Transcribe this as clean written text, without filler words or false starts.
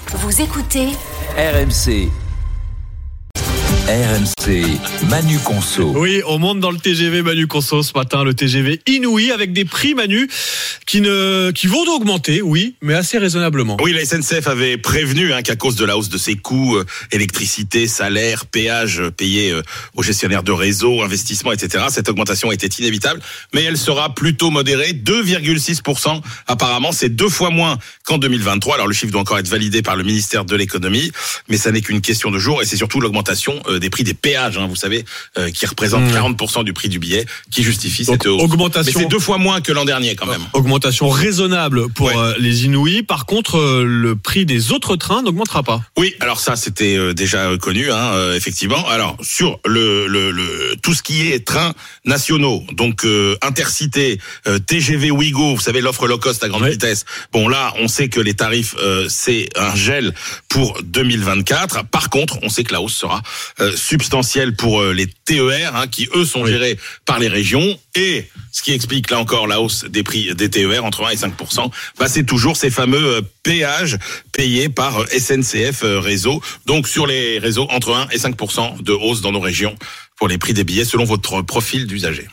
Vous écoutez RMC. Manu Conso. Oui, on monte dans le TGV Manu Conso ce matin, le TGV Inouï avec des prix Manu qui vont augmenter, oui, mais assez raisonnablement. Oui, la SNCF avait prévenu qu'à cause de la hausse de ses coûts, électricité, salaire, péage payés aux gestionnaires de réseau, investissement, etc. Cette augmentation était inévitable, mais elle sera plutôt modérée, 2,6%. Apparemment, c'est 2 fois moins qu'en 2023. Alors le chiffre doit encore être validé par le ministère de l'économie, mais ça n'est qu'une question de jours et c'est surtout l'augmentation des prix des péages, vous savez, qui représente 40% du prix du billet, qui justifie cette hausse. Augmentation. Mais c'est 2 fois moins que l'an dernier quand même. Augmentation raisonnable pour les Inouïs. Par contre, le prix des autres trains n'augmentera pas. Oui, alors ça c'était déjà connu, effectivement. Alors sur le tout ce qui est trains nationaux, donc Intercité, TGV Ouigo, vous savez l'offre low cost à grande vitesse. Bon là, on sait que les tarifs c'est un gel pour 2024. Par contre, on sait que la hausse sera substantielle pour les TER, qui eux sont gérés par les régions. Et ce qui explique là encore la hausse des prix des TER entre 1 et 5%, c'est toujours ces fameux péages payés par SNCF Réseau. Donc sur les réseaux entre 1 et 5% de hausse dans nos régions pour les prix des billets selon votre profil d'usager.